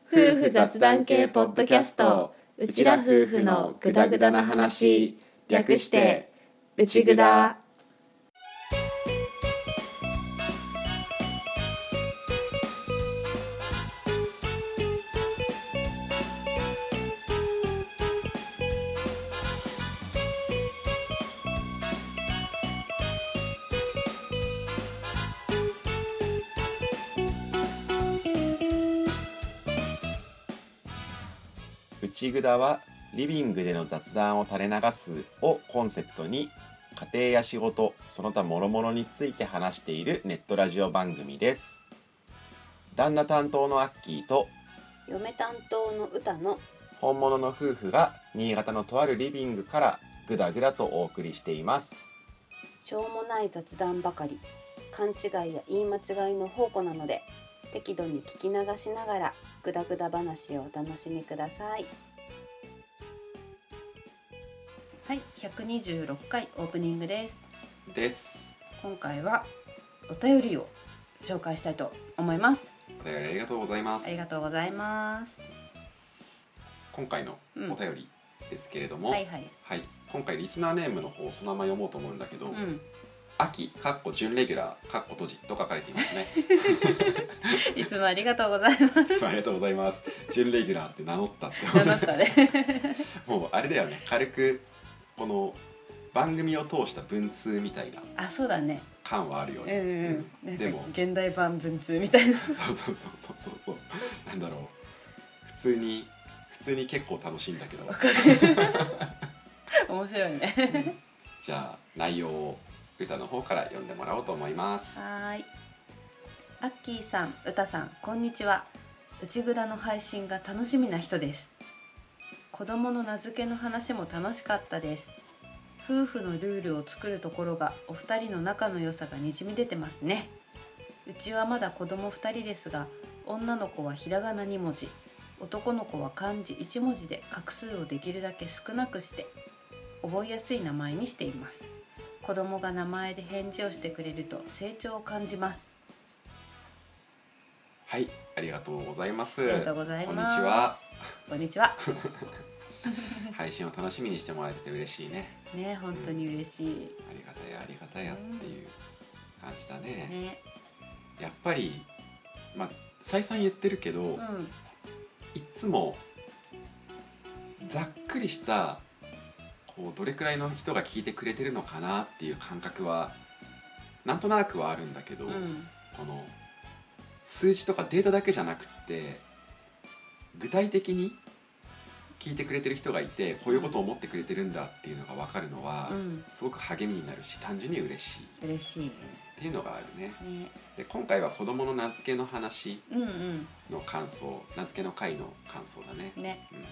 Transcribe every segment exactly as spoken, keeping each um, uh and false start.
夫婦雑談系ポッドキャスト、うちら夫婦のグダグダな話、略してうちぐだ。 内ぐだはリビングでの雑談を垂れ流すをコンセプトに、家庭や仕事その他諸々について話しているネットラジオ番組です。旦那担当のアッキーと嫁担当の歌の本物の夫婦が新潟のとあるリビングからぐだぐだとお送りしています。 しょうもない雑談ばかり、勘違いや言い間違いの宝庫なので、適度に聞き流しながらぐだぐだ話をお楽しみください。はい、ひゃくにじゅうろっかいオープニングですです今回はお便りを紹介したいと思います。 お便りありがとうございます。 ありがとうございます。 今回のお便りですけれども、 うん、はいはい、 はい、今回リスナーネームの方そのまま読もうと思うんだけど、 うん、 秋かっこ準レギュラーかっこ閉じと書かれていますねいつもありがとうございますありがとうございます。準レギュラーって名乗ったって名乗ったねもうあれだよね、軽くこの番組を通した文通みたいなあ、そうだね、 感はあるよね。 うんうん、 でも現代版文通みたいなそうそうそうそうそうそうなんだろう、普通に普通に結構楽しいんだけど面白いねじゃあ内容を歌の方から読んでもらおうと思います。 はい、アッキーさん、歌さん、こんにちは。内ぐだの配信が楽しみな人です。子供の名付けの話も楽しかったです。夫婦のルールを作るところがお二人の仲の良さがにじみ出てますね。うちはまだ子供二人ですが、女の子はひらがなにもじ、男の子は漢字いちもじで画数をできるだけ少なくして覚えやすい名前にしています。子供が名前で返事をしてくれると成長を感じます。 はい、ありがとうございます。 ありがとうございます。 こんにちは。 こんにちは配信を楽しみにしてもらえてて嬉しいね。 ね、本当に嬉しい、うん、 ありがたやありがたやっていう感じだね。 ね、 やっぱりまあ再三言ってるけど、うん、いつもざっくりしたこうどれくらいの人が聞いてくれてるのかなっていう感覚はなんとなくはあるんだけど、うん、この数字とかデータだけじゃなくって具体的に聞いてくれてる人がいて、こういうことを思ってくれてるんだっていうのが分かるのは、うん、すごく励みになるし単純に嬉しい嬉しいっていうのがあるね。 ね、 で今回は子どもの名付けの話の感想、うんうん、名付けの回の感想だね。 ね、 うん、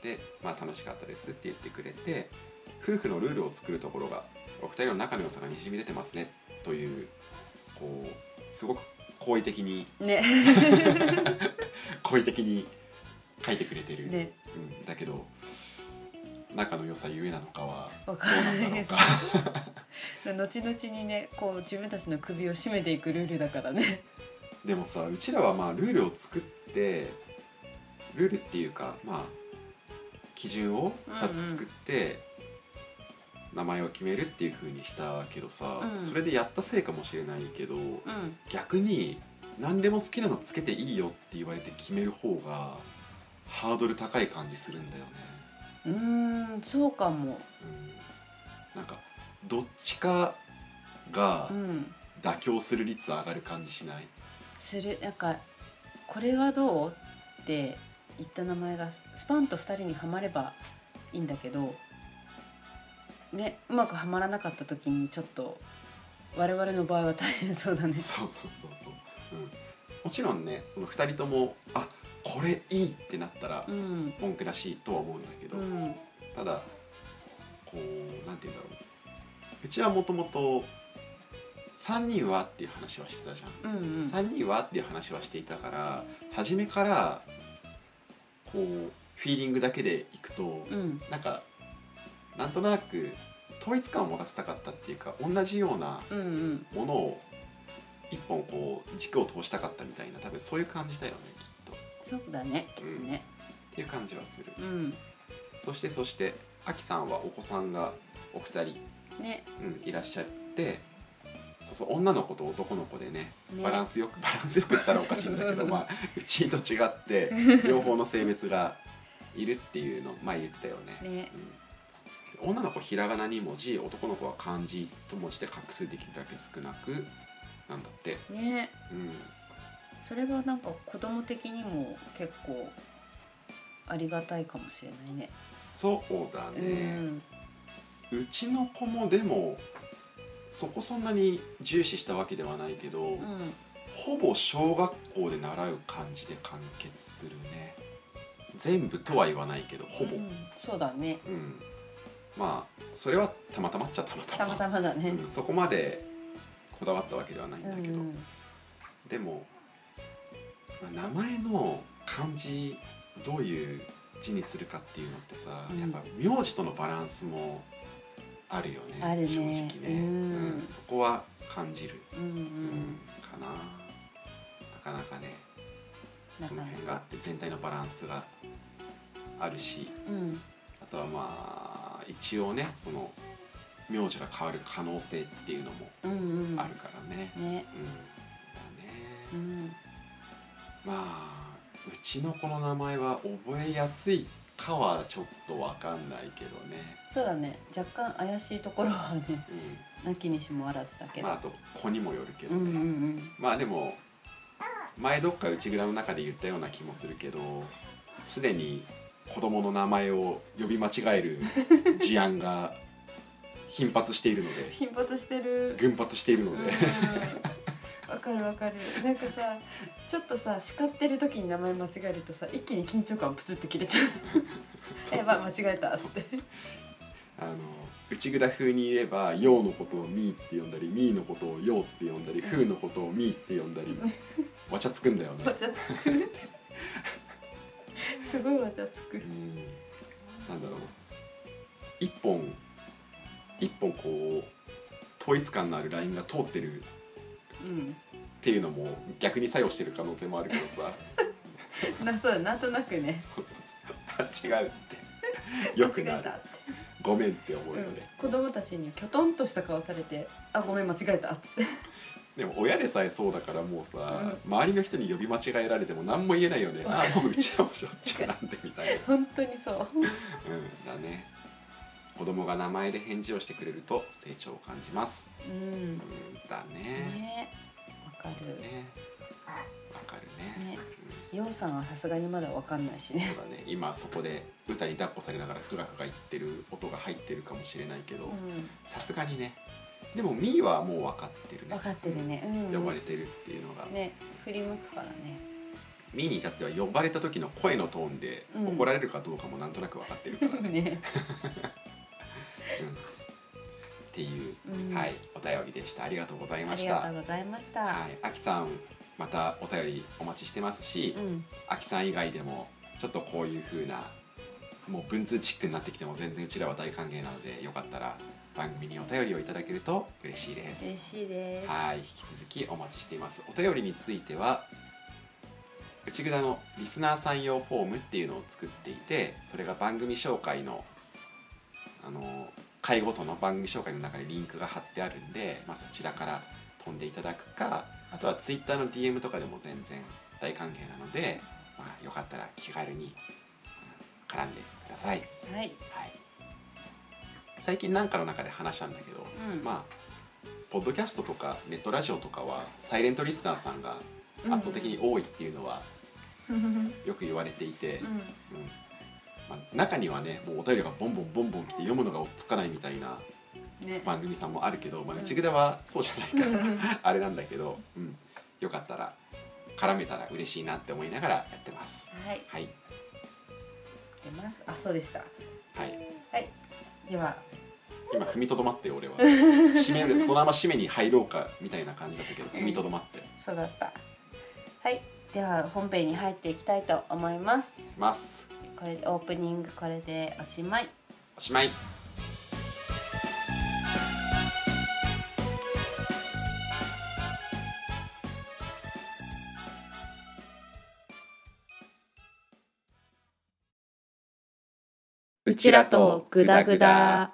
で、まあ、楽しかったですって言ってくれて、夫婦のルールを作るところがお二人の仲の良さがにじみ出てますねという、こうすごく好意的に、ね、好意的に書いてくれてる、ね、うん、だけど仲の良さゆえなのかはどうなんだろうか後々にね、こう自分たちの首を絞めていくルールだからね。 でもさ、うちらはまあルールを作って、ルールっていうかまあ基準をふたつ作って、うんうん、名前を決めるっていう風にしたけどさ、うん、それでやったせいかもしれないけど、うん、逆に何でも好きなのつけていいよって言われて決める方がハードル高い感じするんだよね。 うーん、そうかも、うん、 なんかどっちかが妥協する率上がる感じしない？ する。なんかこれはどうって言った名前がスパンとふたりにはまればいいんだけどね、うまくはまらなかった時にちょっと我々の場合は大変そうだね。 そうそうそうそう、うん、もちろんね、そのふたりともあこれいいってなったら文句らしいとは思うんだけど、うん、ただこうなんて言うんだろう、うちはもともとさんにんはっていう話はしてたじゃん、うんうん、さんにんはっていう話はしていたから、初めからこうフィーリングだけでいくと、うん、なんかなんとなく統一感を持たせたかったっていうか、同じようなものを一本こう軸を通したかったみたいな、多分そういう感じだよね、きっと。 そうだねきっとね、 うん、っていう感じはする、 うん、 そしてそしてあきさんはお子さんがお二人、 ね、 うん、いらっしゃって、そうそう女の子と男の子で ね, ねバランスよくバランスよく言ったらおかしいんだけどまあうちと違って両方の性別がいるっていうの前言ってたよね。 ね、 うん、女の子ひらがなに文字、男の子は漢字いち文字で画数できるだけ少なくなんだってね、 うん、 それはなんか子供的にも結構ありがたいかもしれないね。 そうだね、 うん、 うちの子もでもそこそんなに重視したわけではないけど、 うん、 ほぼ小学校で習う漢字で完結するね。全部とは言わないけどほぼ、うん、 そうだね、 うん、まあそれはたまたまっちゃたまたまたまたまだね、 うん、そこまでこだわったわけではないんだけど、うん、でも、まあ、名前の漢字どういう字にするかっていうのってさ、うん、やっぱ名字とのバランスもあるよね、 あるね、 正直ね、うんうん、そこは感じる、 うんうんうん、 かな。なかなかねその辺があって全体のバランスがあるし、 うん、あとはまあ一応ねその名字が変わる可能性っていうのもあるからね、 うんうん、ね、 うん、だね、 うん、 まあうちの子の名前は覚えやすいかはちょっと分かんないけどね。 そうだね、若干怪しいところはね、うん、なきにしもあらずだけど、 まあ、あと子にもよるけどね、 うんうんうん、 まあでも前どっか内蔵の中で言ったような気もするけど、すでに子供の名前を呼び間違える事案が頻発しているので頻発してる群発しているのでわかるわかる。なんかさちょっとさ叱ってる時に名前間違えるとさ一気に緊張感プツって切れちゃうえば間違えたっつってあの内蔵風に言えば陽のことをミーって呼んだりミーのことを陽って呼んだり風のことをミーって呼んだりわちゃつくんだよね。 わちゃつくすごいわちゃつく。うん、 なんだろう一本一本こう統一感のあるラインが通ってるっていうのも逆に作用してる可能性もあるけどさなそうだなんとなくねそうそうそう違うってよくなるごめんって思うよね、 うん、子供たちにきょとんとした顔されてあごめん間違えたっつってでも親でさえそうだからもうさ、うん、周りの人に呼び間違えられても何も言えないよねあもううちらもしょっちゅうなんでみたいな本当にそううんだね。子供が名前で返事をしてくれると成長を感じます。うん、うん、だね。 ね、わかる。 ね、わかるね。 ね、ようさんはさすがにまだわかんないしね。 そうだね。今そこで歌に抱っこされながらふがふが言ってる音が入ってるかもしれないけど、さすがにね。でもミーはもう分かってるね。 分かってるね。うん、 呼ばれてるっていうのが。 ね、振り向くからね。 ミーに至っては呼ばれた時の声のトーンで怒られるかどうかもなんとなく分かってるからね。ねうん、っていう、うん、はい、お便りでした。ありがとうございました。 ありがとうございました。 はい、あきさんまたお便りお待ちしてますし、うん、あきさん以外でもちょっとこういう風なもう文通チックになってきても全然うちらは大歓迎なのでよかったら番組にお便りをいただけると嬉しいです。 嬉しいです。 はい、引き続きお待ちしています。お便りについては内蔵のリスナーさん用フォームっていうのを作っていて、それが番組紹介のあの回ごとの番組紹介の中にリンクが貼ってあるんで、まあ、そちらから飛んでいただくか、あとはツイッターの ディーエム とかでも全然大歓迎なので、まあ、よかったら気軽に絡んでください。 はい、はい、 最近なんかの中で話したんだけど、うん、まあポッドキャストとかネットラジオとかはサイレントリスナーさんが圧倒的に多いっていうのはよく言われていて、うんうん、まあ、中にはねもうお便りがボンボンボンボン来て読むのが追っつかないみたいな番組さんもあるけど、ね、まあ、内蔵はそうじゃないからあれなんだけど、うん、よかったら絡めたら嬉しいなって思いながらやってます。 はい、 はい、 出ます。あ、そうでした。 はい、 はい、では今踏みとどまって俺は締めるそのまま締めに入ろうかみたいな感じだったけど踏みとどまって、 そうだった。はい、では本編に入っていきたいと思います。 ますこれオープニングこれでおしまい。 おしまい。 うちらとグダグダ。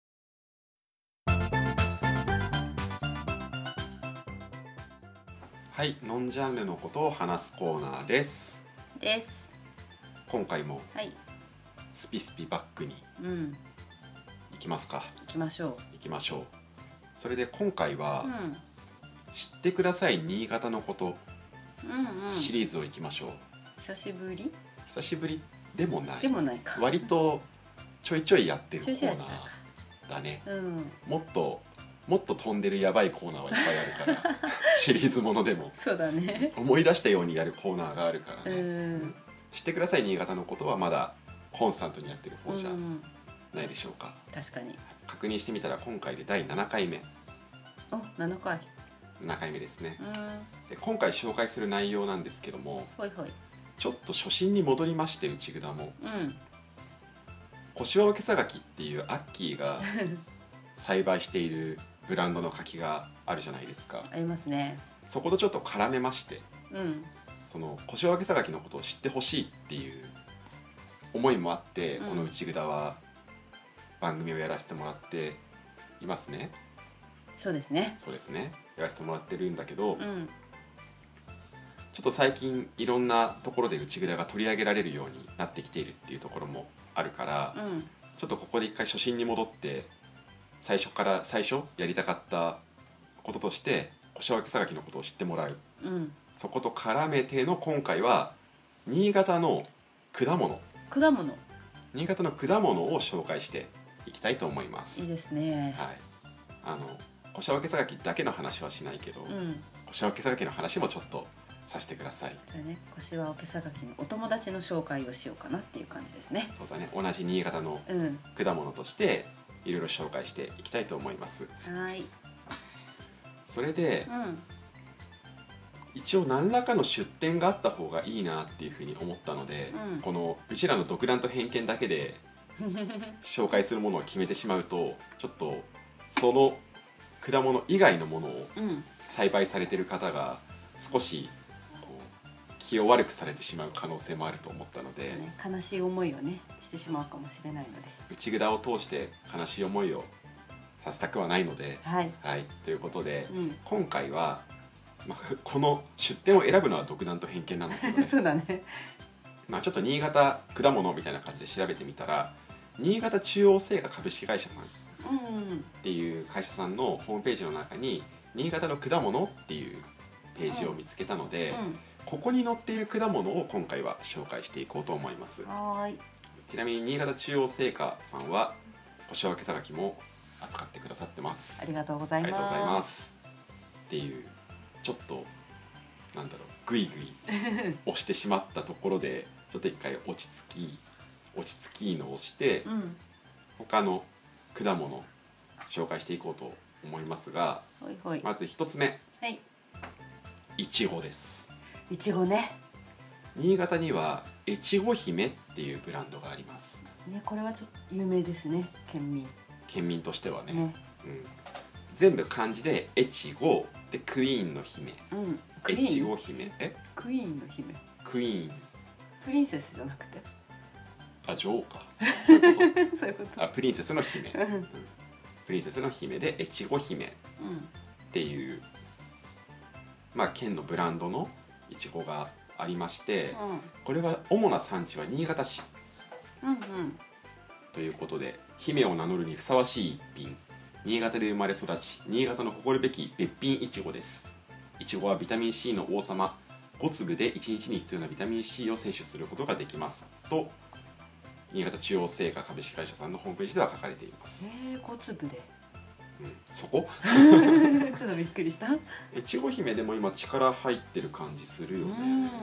はい、ノンジャンルのことを話すコーナーですです今回もはいスピスピバックにうん行きますか。 行きましょ行きましょう。それで今回は、 ううん知ってください新潟のことうんうんシリーズを行きましょう。 久しぶり久しぶりでもないでもないか割とちょいちょいやってるコちょいちょいーナやってたかーだね。 うんもっともっと飛んでるやばいコーナーはいっぱいあるからシリーズものでもそうだね思い出したようにやるコーナーがあるからうね、 ん知ってください新潟のことはまだコンスタントにやってる方じゃうんないでしょうか。 確かに確認してみたら今回でだいななかいめおななかいななかいめですね。 うんで今回紹介する内容なんですけどもほいほいちょっと初心に戻りまして内札もうん柏分けさがきっていうアッキーが栽培しているブランドの柿があるじゃないですか。 ありますねそことちょっと絡めましてうんその柏分けさがきのことを知ってほしいっていう思いもあって、 うんこの内札は番組をやらせてもらっていますね。 そうですねそうですねやらせてもらってるんだけど、 うんちょっと最近いろんなところで内札が取り上げられるようになってきているっていうところもあるから、 うんちょっとここで一回初心に戻って最初から最初やりたかったこととして柏分けさがきのことを知ってもらう、 うんそこと絡めての今回は新潟の果物果物新潟の果物を紹介していきたいと思いますいいですねはい、あの柏分けさがきだけの話はしないけど、 うん柏分けさがきの話もちょっとさせてください。 じゃあね柏桶さがきのお友達の紹介をしようかなっていう感じですねそうだね同じ新潟のうん果物としていろいろ紹介していきたいと思います。 はーいそれでうん一応何らかの出典があった方がいいなっていうふうに思ったので、 うんこのうちらの独断と偏見だけで紹介するものを決めてしまうとちょっとその果物以外のものをうん栽培されてる方が少しこう気を悪くされてしまう可能性もあると思ったので、 ね、悲しい思いをねしてしまうかもしれないので内札を通して悲しい思いをさせたくはないので、 はいはい、ということで、 うん今回は、まあ、この出典を選ぶのは独断と偏見なんだけどねそうだねまあちょっと新潟果物みたいな感じで調べてみたら新潟中央製菓株式会社さんっうんうんていう会社さんのホームページの中に新潟の果物っていうページを見つけたので、ここに載っている果物を今回は紹介していこうと思います。 うんはーいちなみに新潟中央製菓さんは柏分けさがきも扱ってくださってますありがとうございますありがとうございますっていうちょっとなんだろうグイグイ押してしまったところでちょっと一回落ち着き落ち着きのをしてうん他の果物紹介していこうと思いますが、 ほいほいまず一つ目はいいちごです。 いちごね新潟には越後姫っていうブランドがあります。 ねこれはちょっと有名ですね県民県民としてはね、 ねうん、全部漢字で越後でクイーンの姫うんクイ越ーン後姫えクイーンの姫クイーンプリンセスじゃなくてあ女王かそういうこそういうこととあプリンセスの姫、 うんうんプリンセスの姫で越後姫っていうまあ県のブランドのいちごがありまして、これは主な産地は新潟市うんうんということで姫を名乗るにふさわしい一品新潟で生まれ育ち新潟の誇るべきべっぴんいちごです。いちごはビタミン C の王様ご粒でいちにちに必要なビタミン C を摂取することができますと新潟中央製菓株式会社さんのホームページでは書かれています、 えー、ご粒でうん、そこちょっとびっくりした越後姫でも今力入ってる感じするよね、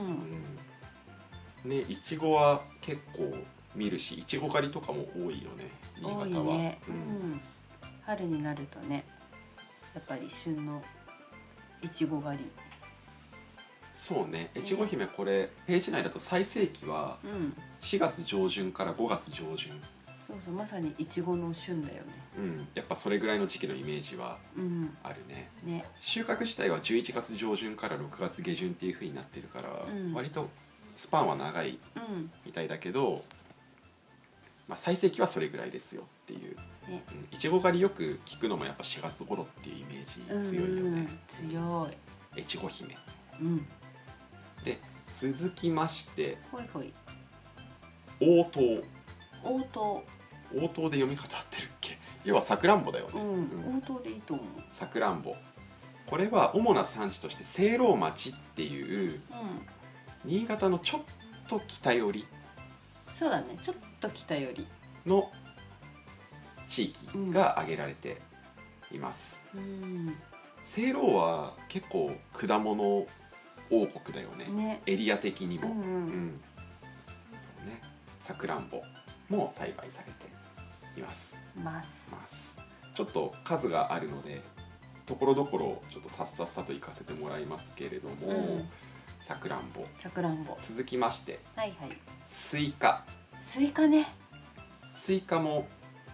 うん、ねいちごは結構見るしいちご狩りとかも多いよね新多い潟は、 ね、 ううんん、春になるとねやっぱり旬のいちご狩りそうね越後姫これページ内だと最盛期はうんしがつ上旬からごがつ上旬、 そうそうまさにいちごの旬だよねうん、やっぱそれぐらいの時期のイメージはうんあるね。 ね収穫自体はじゅういちがつ上旬からろくがつ下旬っていう風になってるから、 うん割とスパンは長いうんみたいだけどまあ、最盛期はそれぐらいですよっていう、ね、うん、いちご狩りよく聞くのもやっぱしがつ頃っていうイメージ強いよね、 うんうん、強い越後姫、 うん、 で続きましてほいほい応答応答応答で読み方合ってるっけ？要はさくらんぼだよね、 うんうん、応答でいいと思う。 さくらんぼ、これは主な産地として聖籠町っていう、うん、新潟のちょっと北寄り、 そうだね、ちょっと北寄りの地域が挙げられています、うん、聖籠は結構果物王国だよ ね, ねエリア的にも、うんうんうん、そうね、さくらんぼも栽培されていますますますちょっと数があるのでところどころちょっとさっさっさと行かせてもらいますけれども、うん、さくらんぼ、 さくらんぼ、 続きまして、 はいはい、 スイカ、 スイカね、 スイカも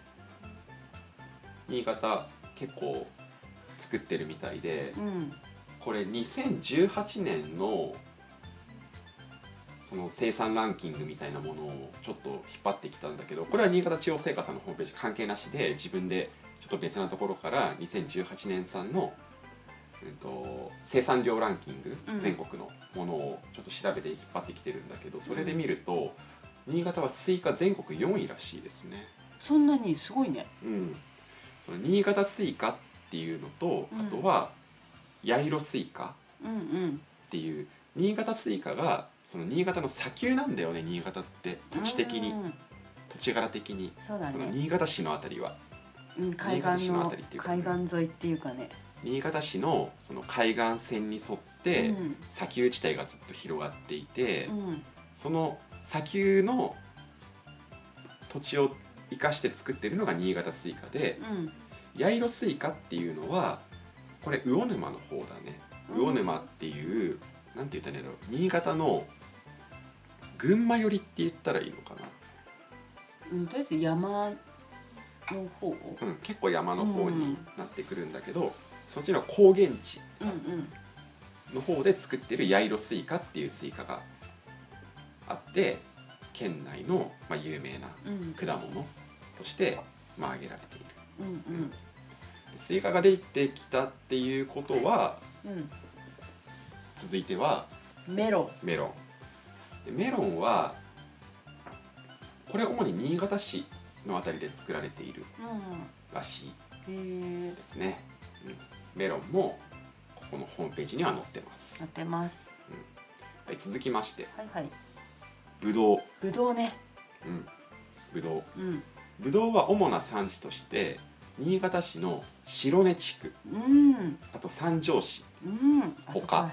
新潟結構作ってるみたいで、うん、これにせんじゅうはちねんのその生産ランキングみたいなものをちょっと引っ張ってきたんだけど、これは新潟中央製菓さんのホームページ関係なしで自分でちょっと別なところからにせんじゅうはちねん産の、うん、と生産量ランキング、うん、全国のものをちょっと調べて引っ張ってきてるんだけど、それで見ると、うん、新潟はスイカ全国よんいらしいですね。 そんなにすごいね。 うん、その新潟スイカっていうのと、あとは八色スイカっていう、うんうん、新潟スイカがその新潟の砂丘なんだよね。新潟って土地的に、土地柄的に、 そうだね、 その新潟市のあたりは、 うん、海岸の海岸沿いっていうかね、 新潟市のその海岸線に沿って砂丘地帯がずっと広がっていて、うん、その砂丘の土地を生かして作ってるのが新潟スイカで、うん、八色スイカっていうのはこれ魚沼の方だね。魚沼っていう、うん、なんて言ったらいいんだろう、新潟の群馬寄りって言ったらいいのかな、 うん、とりあえず山の方、 うん、結構山の方になってくるんだけど、うん、そっちの高原地の方で作ってる八色スイカっていうスイカがあって、県内の、まあ、有名な果物として、まあ、挙げられている、うんうん、スイカが出てきたっていうことは、うん、続いてはメロンメロンメロンはこれ主に新潟市のあたりで作られているらしいですね、うん、メロンもここのホームページには載ってます載ってます、 うん、はい、続きまして、 はいはい、 ぶどうぶどうね、 うん、ぶどう、うん、ぶどうは主な産地として新潟市の白根地区、うん、あと三条市、うん、他、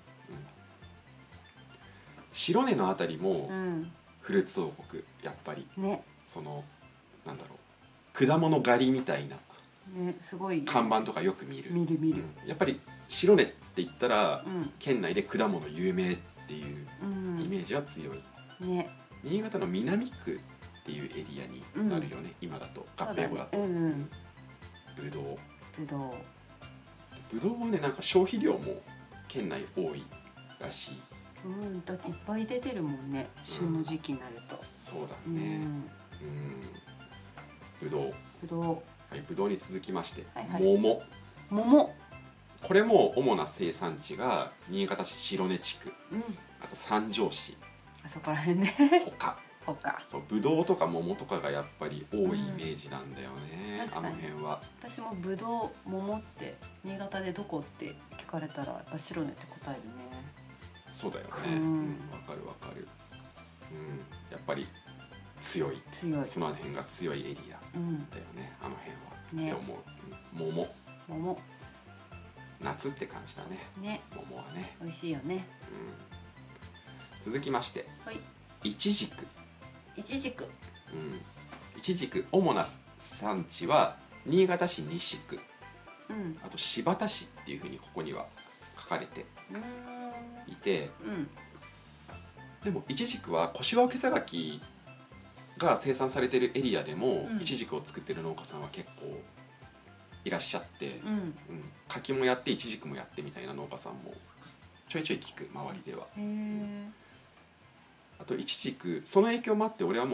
白根のあたりもフルーツ王国、やっぱり、ね、そのなんだろう、果物狩りみたいな、 ね、すごい看板とかよく見る見る見る、 うん、やっぱり白根って言ったら、うん、県内で果物有名っていうイメージは強い、ね、新潟の南区っていうエリアになるよね、うん、今だと合併後だと、うんうん、ぶどうぶどうぶどうはね、なんか消費量も県内多いらしい、 うん、だっていっぱい出てるもんね、旬の時期になると、うん、 そうだね、うん、うん、ぶどうぶどう、 はい、ぶどうに続きまして、はいはい、 桃桃、 これも主な生産地が新潟市白根地区、うん、あと三条市、 あそこら辺ね他他そう、ぶどうとか桃とかがやっぱり多いイメージなんだよね、うん、あの辺は。 私もぶどう桃って新潟でどこって聞かれたらやっぱ白根って答えるね。 そうだよね、うん、うん、わかるわかる、うん、やっぱり強い強い、 その辺が強いエリアだよね、うん、あの辺は、ね、って思う、うん、桃桃夏って感じだね、 ね、 桃はね美味しいよね、 うん、続きまして、はい、いちじくいちじく、 うん、いちじく主な産地は新潟市西区、うん、あと新発田市っていうふうにここには書かれていて、うん、でもいちじくは柏桶榊が生産されているエリアでもいちじくを作ってる農家さんは結構いらっしゃって、うんうん、柿もやっていちじくもやってみたいな農家さんもちょいちょい聞く、周りでは。あといちじく、その影響もあって俺はもう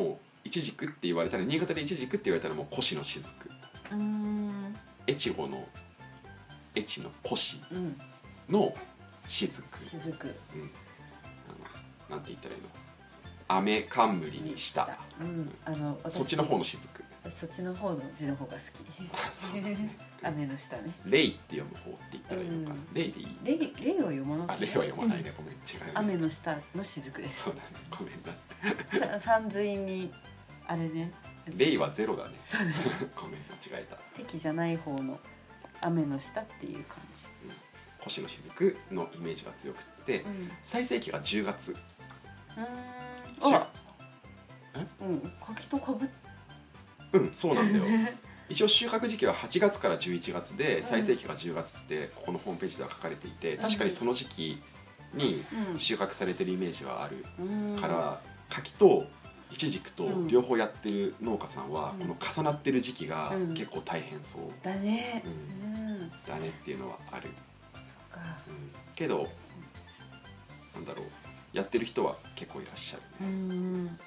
いちじくって言われたら、新潟でいちじくって言われたらもう越の雫、 うーん越後の越の越うんの雫、 雫うん、あのなんて言ったらいいの、雨冠にした、 うん、あのそっちの方の雫、 そっちの方の字の方が好きそうだね雨の下ね。 レイって読む方って言ったらいいのかな、 うんレイでいい、 レイレイは読まなくて、 あレイは読まないね、ごめん違う、ね、 雨の下の雫です。 そうだね、ごめんなさ山水にあれね、 レイはゼロだねそうねごめん間違えた、 敵じゃない方の雨の下っていう感じ。 越の雫のイメージが強くって、 うん、 最盛期がじゅうがつ、 うーんあらうん柿とかぶっうんそうなんだよ一応収穫時期ははちがつからじゅういちがつで、最盛期がじゅうがつってここのホームページでは書かれていて、確かにその時期に収穫されてるイメージはあるから、柿とイチジクと両方やってる農家さんはこの重なってる時期が結構大変そうだね、 うんうんだねっていうのはある、 そっか、 うん、けどなんだろう、やってる人は結構いらっしゃるね。 うん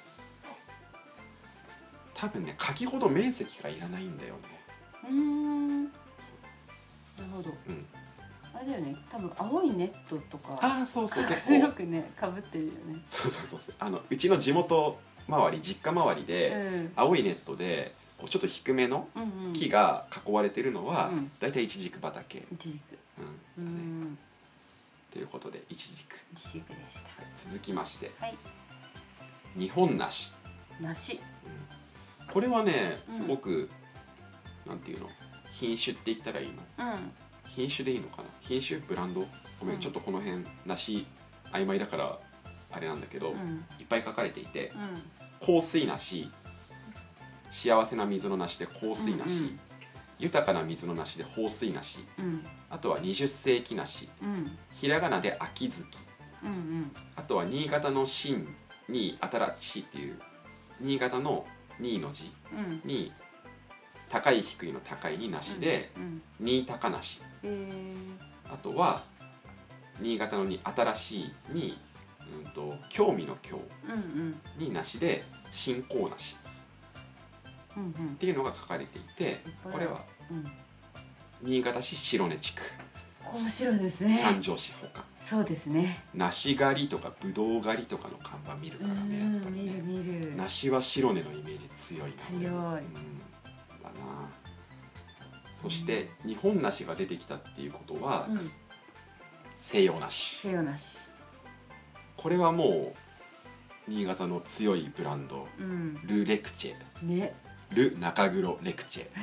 多分ね柿ほど面積がいらないんだよね。 うーんなるほど、 うん、 あれだよね、多分青いネットとかああそうそう結構よくね被ってるよね。 そうそうそうそう、あのうちの地元周り実家周りで、 うん、 青いネットでこうちょっと低めのうんうん、 木が囲われてるのは、 うん、 だいたいイチジク畑、 イチジク、 うんだね、 うんということでイチジク、 イチジクでしたはい、続きましてはい日本梨、 梨、 うん、これはねうんすごく、なんていうの、品種って言ったらいいの、 うん品種でいいのかな、品種ブランド、ごめん、 うんちょっとこの辺梨曖昧だからあれなんだけど、 うんいっぱい書かれていて、 うん香水梨、幸せな水の梨で香水梨、 うんうん豊かな水の梨で豊水梨、 うんあとは二十世紀梨、 うんひらがなで秋月、 うんうんあとは新潟の新に新しいっていう新潟のにの字うんに高い低いの高いに梨で、 うん新高梨、 へえあとは新潟のに新しいに、うん、と興味の興うんうんに梨で新興梨うんうんっていうのが書かれていて、これはうん新潟市白根地区面白いですね。 三条市ほかそうですね。 梨狩りとかぶどう狩りとかの看板見るからね、やっぱり見るね、 見る。 梨は白根のイメージ強いな、 強いうん、だな。そして日本梨が出てきたっていうことは、 うん、 西洋梨、 西洋梨。 これはもう新潟の強いブランド、 うん。 ル・レクチェ、 ね。 ル・中黒レクチェ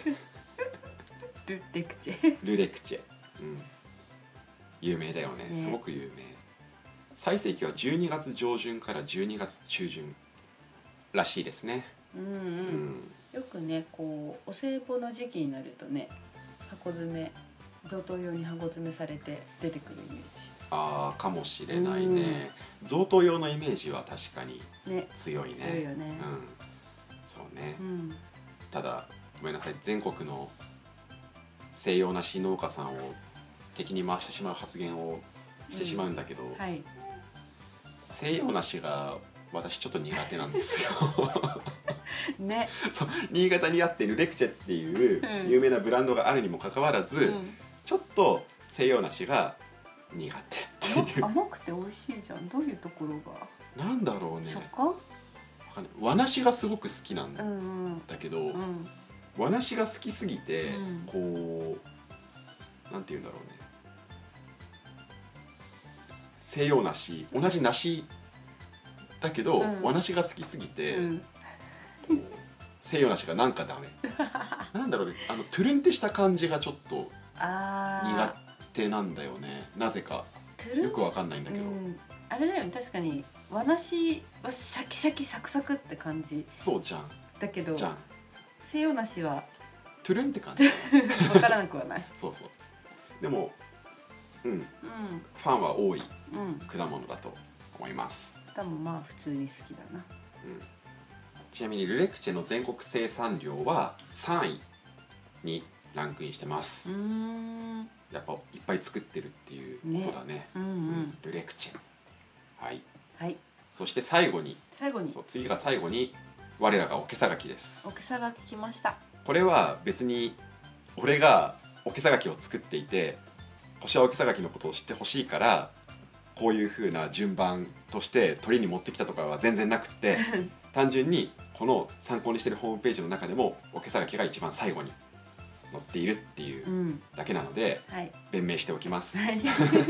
ルレクチェ。 ル・レクチェ、うん、有名だよね、 ねすごく有名。最盛期はじゅうにがつ上旬からじゅうにがつ中旬らしいですね。 うんう。 うんん、 よくね、こうお歳暮の時期になるとね、箱詰め、贈答用に箱詰めされて出てくるイメーああかもしれないね。贈答用のイメージは確かにジ。ね。 強いね。 強いよね。 うん、そうね。 うん。 ただごめんなさい、全国の西洋梨農家さんを敵に回してしまう発言をしてしまうんだけど、 うん、はい。 西洋梨が私ちょっと苦手なんですよね。 そう、新潟にあってルレクチェっていう有名なブランドがあるにもかかわらず、 うん、 ちょっと西洋梨が苦手っていう甘くて美味しいじゃん。どういうところが？ なんだろうね、 食感？ わかんない。和梨がすごく好きなんうんうんだけど、 うん和梨が好きすぎて、 うん、 こうなんていうんだろうね、西洋梨、同じ梨だけど、うん、和梨が好きすぎて、うん、西洋梨がなんかダメなんだろうね、あのトゥルンってした感じがちょっと苦手なんだよね、なぜかよくわかんないんだけど、うん、 あれだよね、確かに和梨はシャキシャキサクサクって感じ。 そうじゃん。 だけどじゃん、 西洋梨はトゥルンって感じわからなくはないそうそう。でもうん、うん、 ファンは多い果物だと思います。 多分まあ普通に好きだな、 うん、ちなみにルレクチェの全国生産量はさんいにランクインしてます。 うーん、 やっぱいっぱい作ってるっていうことだね、 ね、うんうんうん、 ルレクチェ、はい、 はい、 そして最後に最後にそう次が最後に我らがおけさがきです。 おけさがき来ました。 これは別に俺がおけさがきを作っていて星はおけさがきのことを知ってほしいからこういう風な順番として鳥に持ってきたとかは全然なくって単純にこの参考にしてるホームページの中でもおけさがきが一番最後に載っているっていうだけなので、 うんはい、 弁明しておきます、 はい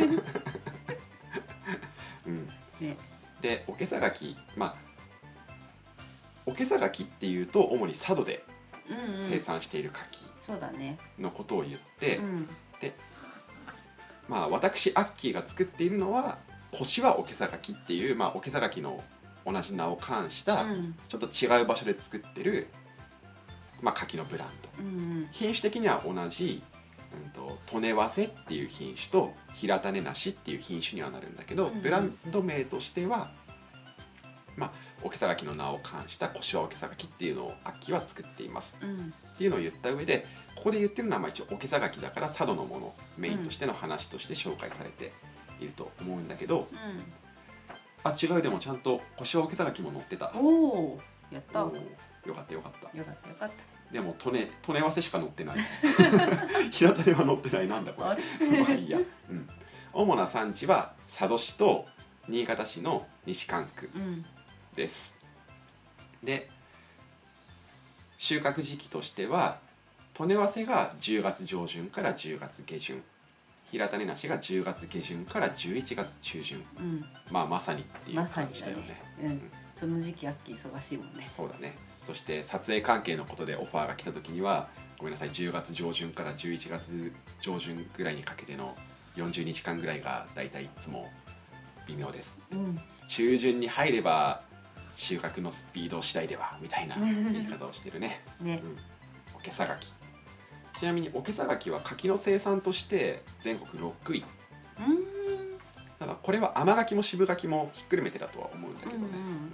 うんね、 でおけさがきまあおけさがきっていうと主に佐渡で生産している柿のことを言って、 うんうん、 でまあ私アッキーが作っているのは腰はおけさがきっていう、まあ、おけさがきの同じ名を冠した、うん、ちょっと違う場所で作ってる、まあ、柿のブランド、うんうん、品種的には同じ、うんと、利根早生っていう品種と平種なしっていう品種にはなるんだけど、うんうん、ブランド名としてはまあおけさがきの名を冠した腰はおけさがきっていうのをアッキーは作っています、うん、っていうのを言った上でここで言ってるのはまあ一応おけさがきだから佐渡のものメインとしての話として紹介されていると思うんだけど、うん、あ違うでもちゃんと腰はおけさがきも載ってた。 おおやったよかったよかったよかったよかったでも利根利根早生しか載ってない平種は載ってないなんだこれまあいいや、うん、主な産地は佐渡市と新潟市の西蒲区です、うん、で収穫時期としては利根早生がじゅうがつ上旬からじゅうがつ下旬平種なしがじゅうがつ下旬からじゅういちがつ中旬、うん、まあまさにっていう感じだよね、 まねうん、その時期アッキー忙しいもんね。 そうだね。そして撮影関係のことでオファーが来た時にはごめんなさいじゅうがつ上旬からじゅういちがつ上旬ぐらいにかけてのよんじゅうにちかんぐらいがだいたいいつも微妙です、うん、中旬に入れば収穫のスピード次第ではみたいな言い方をしてるねね、うん、おけさがきちなみにおけさがきは柿の生産として全国ろくい。うんただこれは甘柿も渋柿もひっくるめてだとは思うんだけどね、うんうん、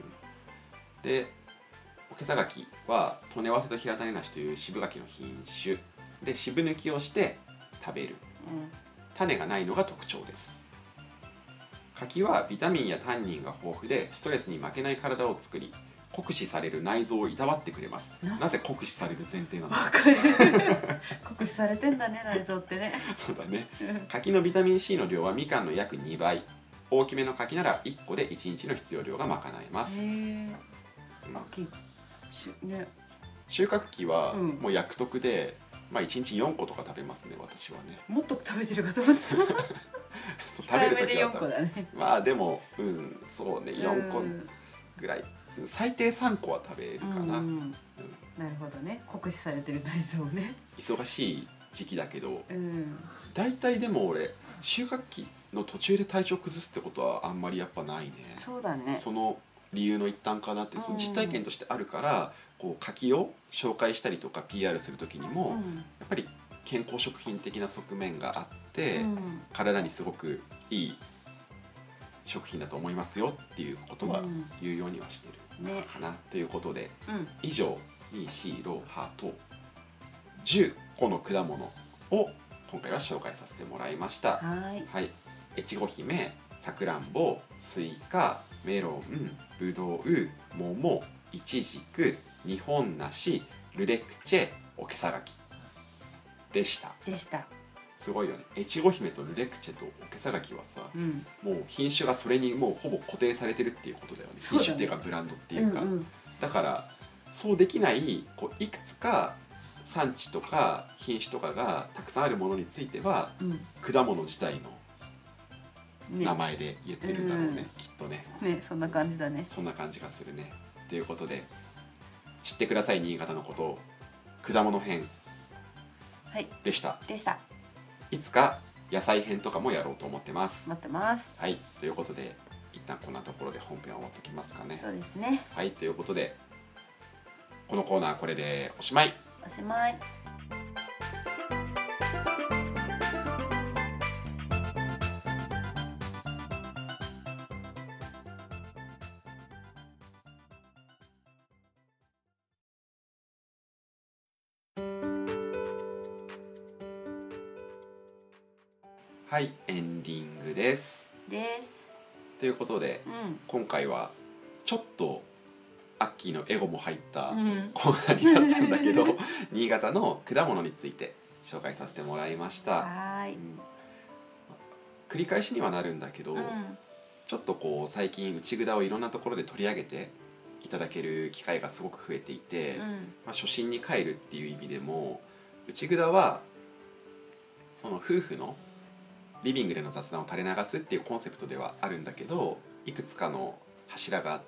でおけさがきは利根早生と平種なしという渋柿の品種で渋抜きをして食べる、うん、種がないのが特徴です。柿はビタミンやタンニンが豊富でストレスに負けない体を作り酷使される内臓をいたわってくれます。 な, なぜ酷使される前提なのか酷使されてんだね内臓ってねそうだね柿のビタミン C の量はみかんの約にばい大きめの柿ならいっこでいちにちの必要量が賄えます。へー、うんね、収穫期はもう薬得で、うんまあ、いちにちよんことか食べますね私はね。 もっと食べてるかと思ってたそう食べるときはよんこだね。 まあでもうんそうねよんこぐらい最低さんこは食べるかな、うんうん、 なるほどね酷使されてる内臓ね。 忙しい時期だけど、うん、だいたいでも俺収穫期の途中で体調崩すってことはあんまりやっぱないね。 そうだねその理由の一端かなってその実体験としてあるからこう柿を紹介したりとか ピーアール する時にも、うん、やっぱり健康食品的な側面があって、うん、体にすごくいい食品だと思いますよっていうことは言うようにはしてるかな、ね、ということで、うん、以上に、よん、ろはとじゅっこの果物を今回は紹介させてもらいました。はい、はい、越後姫、さくらんぼ、スイカ、メロン、ぶどう、桃、いちじく、日本梨、ルレクチェ、おけさがきでしたでしたすごいよね。越後姫とルレクチェとおけさがきはさ、うん、もう品種がそれにもうほぼ固定されてるっていうことだよね。品種っていうかブランドっていうか、うんうん、だからそうできないこういくつか産地とか品種とかがたくさんあるものについては、うん、果物自体の名前で言ってるんだろうね、ねきっとね。 ねそんな感じだね。 そんな感じがするね。ということで知ってください新潟のことを果物編でした、 はい、でした。 いつか野菜編とかもやろうと思ってます。 待ってます。 はい、ということで一旦こんなところで本編を終わっておきますかね。 そうですね。 はい、ということでこのコーナーこれでおしまい。 おしまい。 はい、エンディングですですということで、うん、今回はちょっとアッキーのエゴも入ったうんコーナーになったんだけど新潟の果物について紹介させてもらいました。 はーい、 うん繰り返しにはなるんだけど、 うんちょっとこう最近内札をいろんなところで取り上げていただける機会がすごく増えていて、 うんまあ、初心に帰るっていう意味でも内札はその夫婦のリビングでの雑談を垂れ流すっていうコンセプトではあるんだけど、いくつかの柱があって、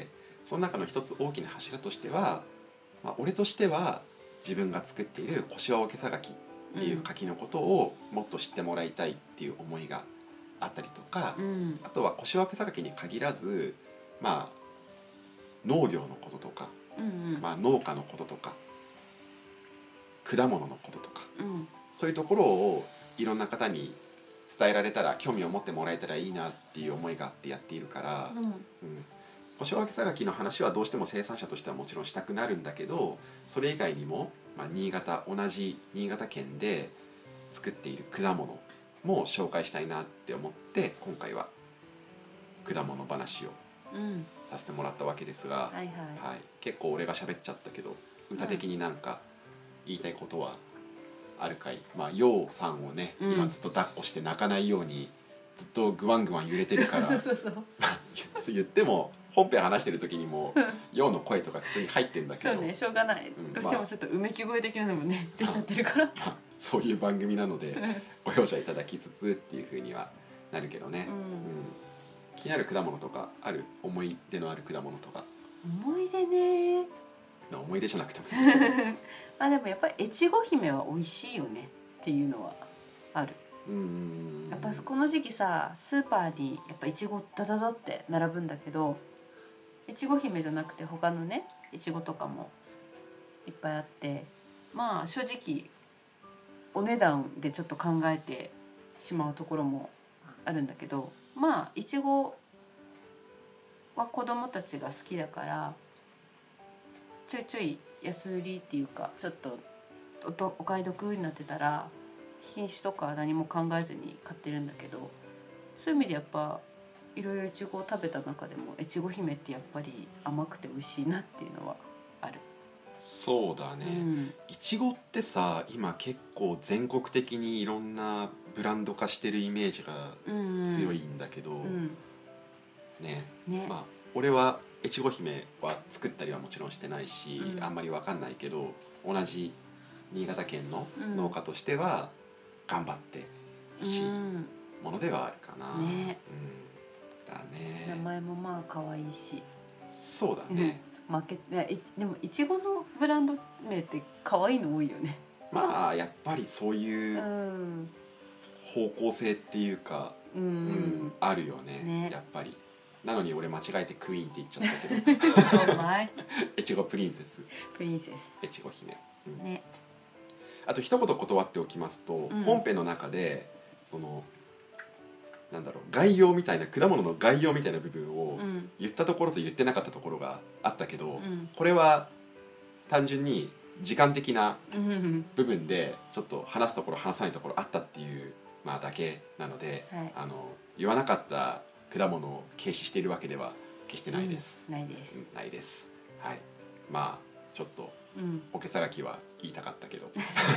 その中の一つ大きな柱としては、まあ、俺としては自分が作っている腰は桶さがきっていう柿のことをもっと知ってもらいたいっていう思いがあったりとか、 うんあとは腰は桶さがきに限らず、まあ、農業のこととか、 うんうんまあ、農家のこととか果物のこととか、 うんそういうところをいろんな方に伝えられたら、興味を持ってもらえたらいいなっていう思いがあってやっているから、 うんうん、腰は桶さがきの話はどうしても生産者としてはもちろんしたくなるんだけど、それ以外にも、まあ、新潟同じ新潟県で作っている果物も紹介したいなって思って、今回は果物話をうんさせてもらったわけですが、 はいはいはい、結構俺が喋っちゃったけど、歌的になんか言いたいことはあるかい？まあ陽さんをね、 うん今ずっと抱っこして泣かないようにずっとグワングワン揺れてるからそうそうそう言っても本編話してる時にも陽の声とか普通に入ってるんだけど、 そうね、しょうがない、 うんどうしてもちょっとうめき声的なのもね出ちゃってるからまあそういう番組なのでご容赦いただきつつっていう風にはなるけどね、 うんうん気になる果物とかある？思い出のある果物とか。 思い出ねまあ思い出じゃなくてもいいけどまあでもやっぱり越後姫は美味しいよねっていうのはある。 うんうんうんやっぱこの時期さ、スーパーにやっぱいちごダダダって並ぶんだけど、越後姫じゃなくて他のねいちごとかもいっぱいあって、まあ正直お値段でちょっと考えてしまうところもあるんだけど、まあいちごは子供たちが好きだからちょいちょい安売りっていうかちょっと お, とお買い得になってたら品種とか何も考えずに買ってるんだけど、そういう意味でやっぱいろいろいちごを食べた中でも越後姫ってやっぱり甘くて美味しいなっていうのはある。 そうだね、 うんいちごってさ今結構全国的にいろんなブランド化してるイメージがうん強いんだけど、 うんねね、 まあ俺は越後姫は作ったりはもちろんしてないし、 うんあんまり分かんないけど、同じ新潟県のうん農家としては頑張ってほしいうんものではあるかな、 ねうん、だ名ね前もまあ可愛いし、 そうだね、 負けいやいでもいちごのブランド名って可愛いの多いよね。 まあやっぱりそうういうん方向性っていうか、 ううんん、 あるよねねやっぱり。なのに俺間違えてクイーンって言っちゃったけどお前越後プリンセスプリンセス越後姫、うんね。 あと一言断っておきますと、 うん本編の中でそのなんだろう概要みたいな果物の概要みたいな部分をうん言ったところと言ってなかったところがあったけど、 うんこれは単純に時間的なうん部分でちょっと話すところ話さないところあったっていう、まあ、だけなので、 はいあの言わなかった果物を軽視しているわけでは決してないです、 うんないですうんないですはいまあちょっとうん桶さがきは言いたかったけど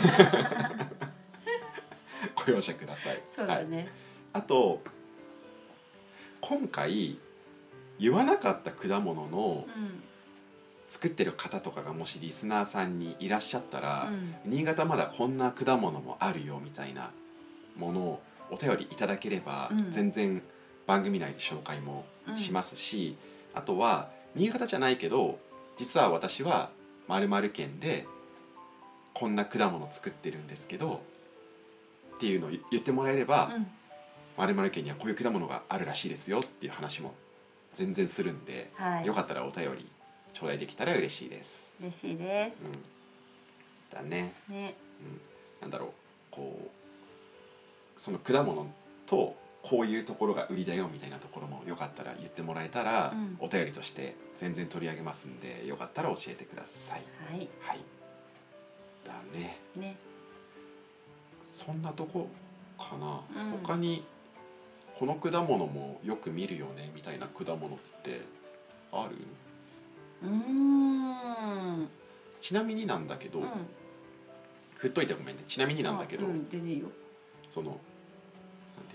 ご容赦ください。はい、 そうだね、 あと今回言わなかった果物のうん作ってる方とかがもしリスナーさんにいらっしゃったら、 うん新潟まだこんな果物もあるよみたいなものをお便りいただければ、 うん全然番組内で紹介もしますし、あとは新潟じゃないけど実は私は〇〇県でこんな果物作ってるんですけどっていうのを言ってもらえれば、 うん 〇〇県にはこういう果物があるらしいですよっていう話も全然するんで、 はい、 よかったらお便り頂戴できたら嬉しいです。 嬉しいでうん、だね、 すね。 うん、なんだろうこうその果物とこういうところが売りだよみたいなところもよかったら言ってもらえたら、 うんお便りとして全然取り上げますんでよかったら教えてください。 はいはいだねね。 そんなとこかな、 うん他にこの果物もよく見るよねみたいな果物ってある？ うーんちなみになんだけど、 うん振っといてごめんね。ちなみになんだけど、 あうん全然いいよ。 そのなんて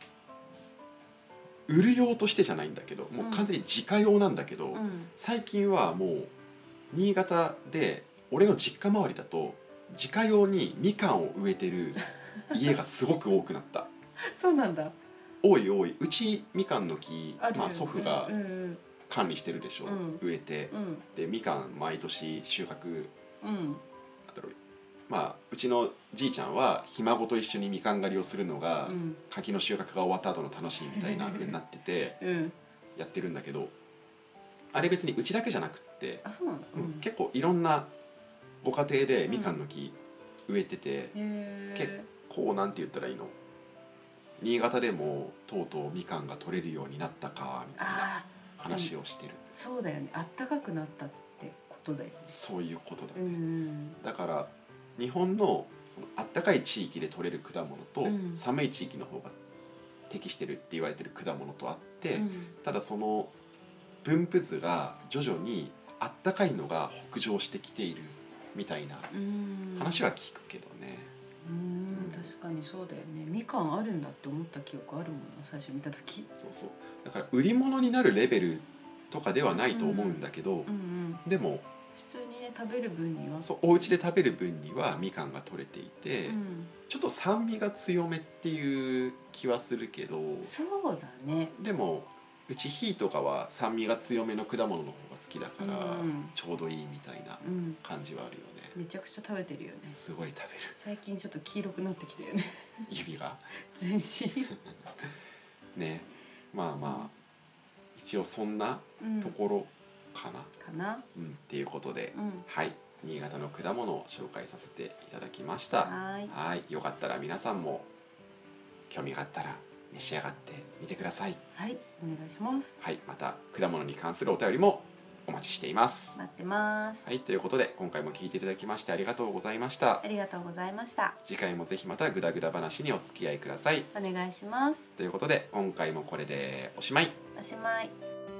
いうの、売る用としてじゃないんだけど、もう完全に自家用なんだけど、 うん最近はもう新潟で俺の実家周りだと自家用にみかんを植えてる家がすごく多くなった。 そうなんだ。 多い多い。うちみかんの木、 あるよねまあ、祖父がうんうん管理してるでしょ、 うん植えて、 うんでみかん毎年収穫、 うんなんだろう、まあうちのじいちゃんはひ孫と一緒にみかん狩りをするのが、 うん柿の収穫が終わった後の楽しみみたいな風になっててうんやってるんだけど、あれ別にうちだけじゃなくって、 あそうなんだ。 うん結構いろんなご家庭でみかんの木植えてて、 へー結構なんて言ったらいいの、新潟でもとうとうみかんが取れるようになったかみたいなあ話をしてる。 そうだよね。あったかくなったってことだよね。 そういうことだうね、 んだから日本のそのあったかい地域で取れる果物と、 うん寒い地域の方が適してるって言われてる果物とあって、 うんただその分布図が徐々にあったかいのが北上してきているみたいなうん話は聞くけどね。 うん確かにそうだよね。みかんあるんだって思った記憶あるもんな、最初見た時。 そうそう、だから売り物になるレベルとかではないと思うんだけど、 うんうんでも普通にね食べる分にはそうお家で食べる分にはみかんが取れていて、 うんちょっと酸味が強めっていう気はするけど、 そうだね。 でもうちひいとかは酸味が強めの果物の方が好きだから、 うんちょうどいいみたいなうん感じはあるよね。 めちゃくちゃ食べてるよね。 すごい食べる。 最近ちょっと黄色くなってきてるよね指が全身ね。まあまあ一応そんなうんところかな、 かな。 うん、っていうことで、 うんはい新潟の果物を紹介させていただきました。 はーいはいよかったら皆さんも興味があったら召し上がってみてください。 はいお願いします。 はいまた果物に関するお便りもお待ちしています。 待ってます。 はいということで今回も聞いていただきましてありがとうございました。 ありがとうございました。 次回もぜひまたグダグダ話にお付き合いください。 お願いします。 ということで今回もこれでおしまい。 おしまい。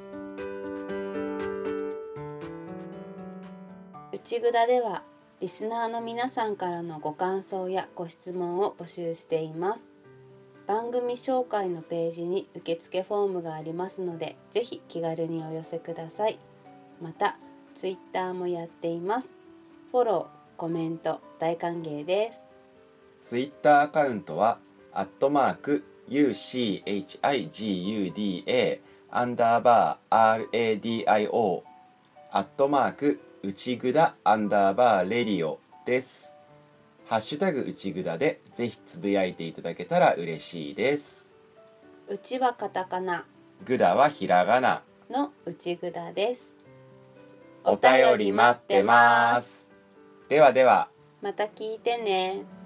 内ぐだではリスナーの皆さんからのご感想やご質問を募集しています。番組紹介のページに受付フォームがありますので、ぜひ気軽にお寄せください。また、ツイッターもやっています。フォロー、コメント大歓迎です。 ツイッターアカウントはアットマーク ユーシーエイチアイジーユーディーエー アンダーバー アールエーディーアイオー アットマークうちぐだアンダーバーレディオです。ハッシュタグうちぐだでぜひつぶやいていただけたら嬉しいです。 うちはカタカナ、 ぐだはひらがなの内ぐだです。 お便り待ってます。ではでは。 また聞いてね。